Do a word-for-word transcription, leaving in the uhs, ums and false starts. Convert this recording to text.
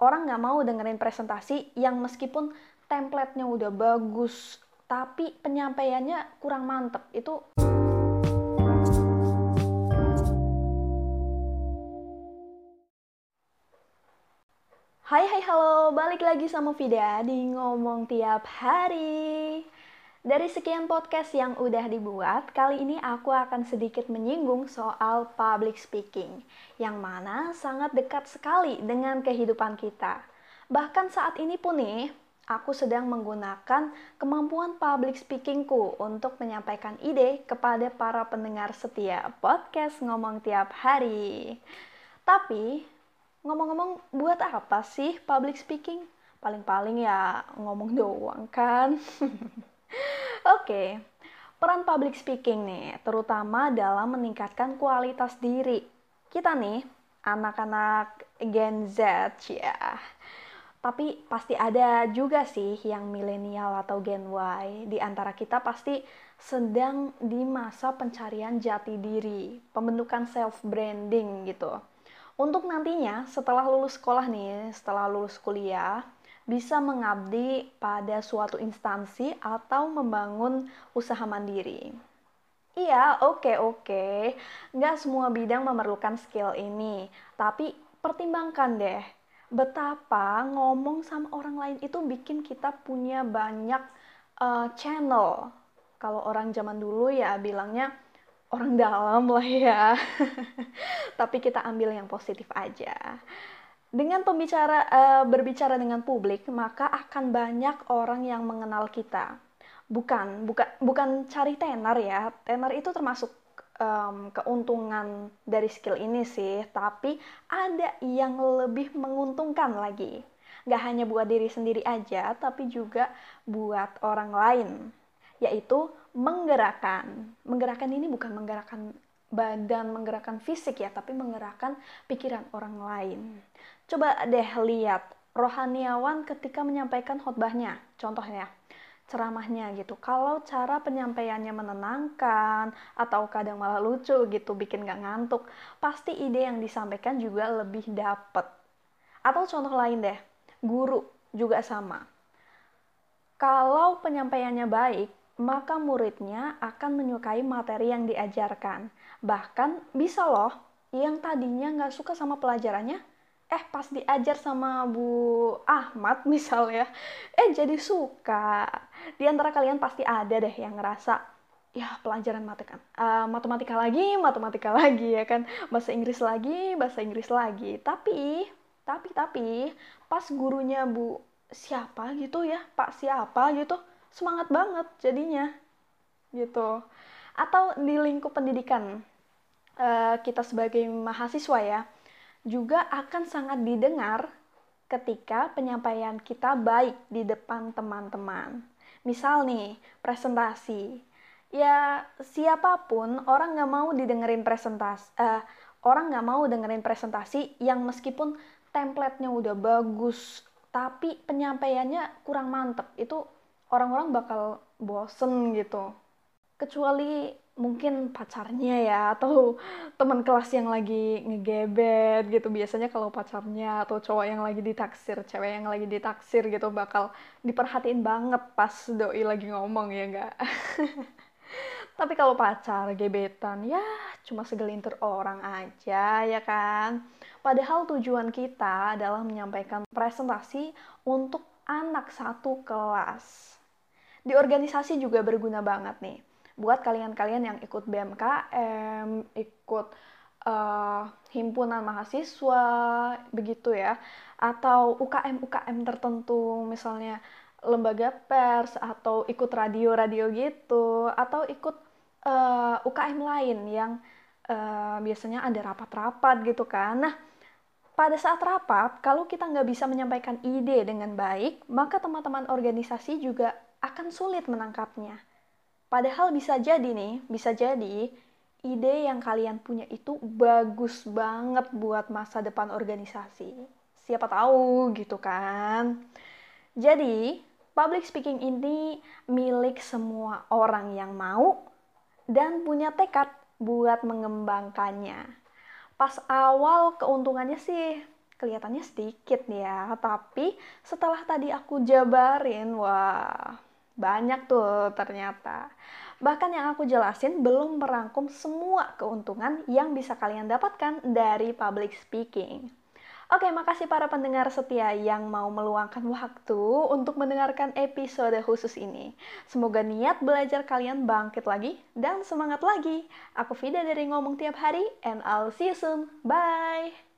Orang nggak mau dengerin presentasi yang meskipun template-nya udah bagus, tapi penyampaiannya kurang mantep. Itu Hai hai halo, balik lagi sama Vida di Ngomong Tiap Hari. Dari sekian podcast yang udah dibuat, kali ini aku akan sedikit menyinggung soal public speaking, yang mana sangat dekat sekali dengan kehidupan kita. Bahkan saat ini pun nih, aku sedang menggunakan kemampuan public speakingku untuk menyampaikan ide kepada para pendengar setia podcast Ngomong Tiap Hari. Tapi, ngomong-ngomong, buat apa sih public speaking? Paling-paling ya ngomong doang kan? Oke, peran public speaking nih, terutama dalam meningkatkan kualitas diri. Kita nih, anak-anak Gen Z ya. Tapi pasti ada juga sih yang milenial atau Gen Y. Di antara kita pasti sedang di masa pencarian jati diri, pembentukan self-branding gitu. Untuk nantinya setelah lulus sekolah nih, setelah lulus kuliah, bisa mengabdi pada suatu instansi atau membangun usaha mandiri. Iya, oke oke. Nggak semua bidang memerlukan skill ini. Tapi pertimbangkan deh, betapa ngomong sama orang lain itu bikin kita punya banyak uh, channel. Kalau orang zaman dulu ya bilangnya orang dalam lah ya. Tapi kita ambil yang positif aja. Dengan pembicara uh, berbicara dengan publik, maka akan banyak orang yang mengenal kita. Bukan, bukan, bukan cari tenar ya. Tenar itu termasuk um, keuntungan dari skill ini sih, tapi ada yang lebih menguntungkan lagi. Gak hanya buat diri sendiri aja, tapi juga buat orang lain, yaitu menggerakkan. Menggerakkan ini bukan menggerakkan badan, menggerakkan fisik ya, tapi menggerakkan pikiran orang lain. Coba deh lihat rohaniawan ketika menyampaikan khotbahnya, contohnya ceramahnya gitu. Kalau cara penyampaiannya menenangkan atau kadang malah lucu gitu, bikin gak ngantuk, pasti ide yang disampaikan juga lebih dapet. Atau contoh lain deh, guru juga sama. Kalau penyampaiannya baik, maka muridnya akan menyukai materi yang diajarkan. Bahkan bisa loh, yang tadinya gak suka sama pelajarannya, eh pas diajar sama Bu Ahmad misalnya, eh jadi suka. Di antara kalian pasti ada deh yang ngerasa, ya pelajaran matematika, uh, matematika lagi, matematika lagi ya kan, bahasa Inggris lagi, bahasa Inggris lagi. Tapi, tapi, tapi, pas gurunya Bu siapa gitu ya, Pak siapa gitu, semangat banget jadinya gitu. Atau di lingkup pendidikan, uh, kita sebagai mahasiswa ya, juga akan sangat didengar ketika penyampaian kita baik di depan teman-teman. Misal nih, presentasi. Ya, siapapun orang nggak mau didengerin presentasi, uh, orang nggak mau dengerin presentasi yang meskipun template-nya udah bagus, tapi penyampaiannya kurang mantep. Itu orang-orang bakal bosen gitu. Kecuali mungkin pacarnya ya, atau teman kelas yang lagi ngegebet gitu. Biasanya kalau pacarnya atau cowok yang lagi ditaksir, cewek yang lagi ditaksir gitu, bakal diperhatiin banget pas doi lagi ngomong ya enggak. Tapi kalau pacar gebetan ya cuma segelintir orang aja ya kan. Padahal tujuan kita adalah menyampaikan presentasi untuk anak satu kelas. Di organisasi juga berguna banget nih. Buat kalian-kalian yang ikut B M K M, ikut uh, himpunan mahasiswa, begitu ya. Atau U K M-U K M tertentu, misalnya lembaga pers, atau ikut radio-radio gitu, atau ikut uh, U K M lain yang uh, biasanya ada rapat-rapat gitu kan. Nah, pada saat rapat, kalau kita nggak bisa menyampaikan ide dengan baik, maka teman-teman organisasi juga akan sulit menangkapnya. Padahal bisa jadi nih, bisa jadi ide yang kalian punya itu bagus banget buat masa depan organisasi. Siapa tahu gitu kan. Jadi, public speaking ini milik semua orang yang mau dan punya tekad buat mengembangkannya. Pas awal keuntungannya sih kelihatannya sedikit nih ya, tapi setelah tadi aku jabarin, wah banyak tuh ternyata. Bahkan yang aku jelasin belum merangkum semua keuntungan yang bisa kalian dapatkan dari public speaking. Oke, makasih para pendengar setia yang mau meluangkan waktu untuk mendengarkan episode khusus ini. Semoga niat belajar kalian bangkit lagi dan semangat lagi. Aku Vida dari Ngomong Tiap Hari, and I'll see you soon. Bye!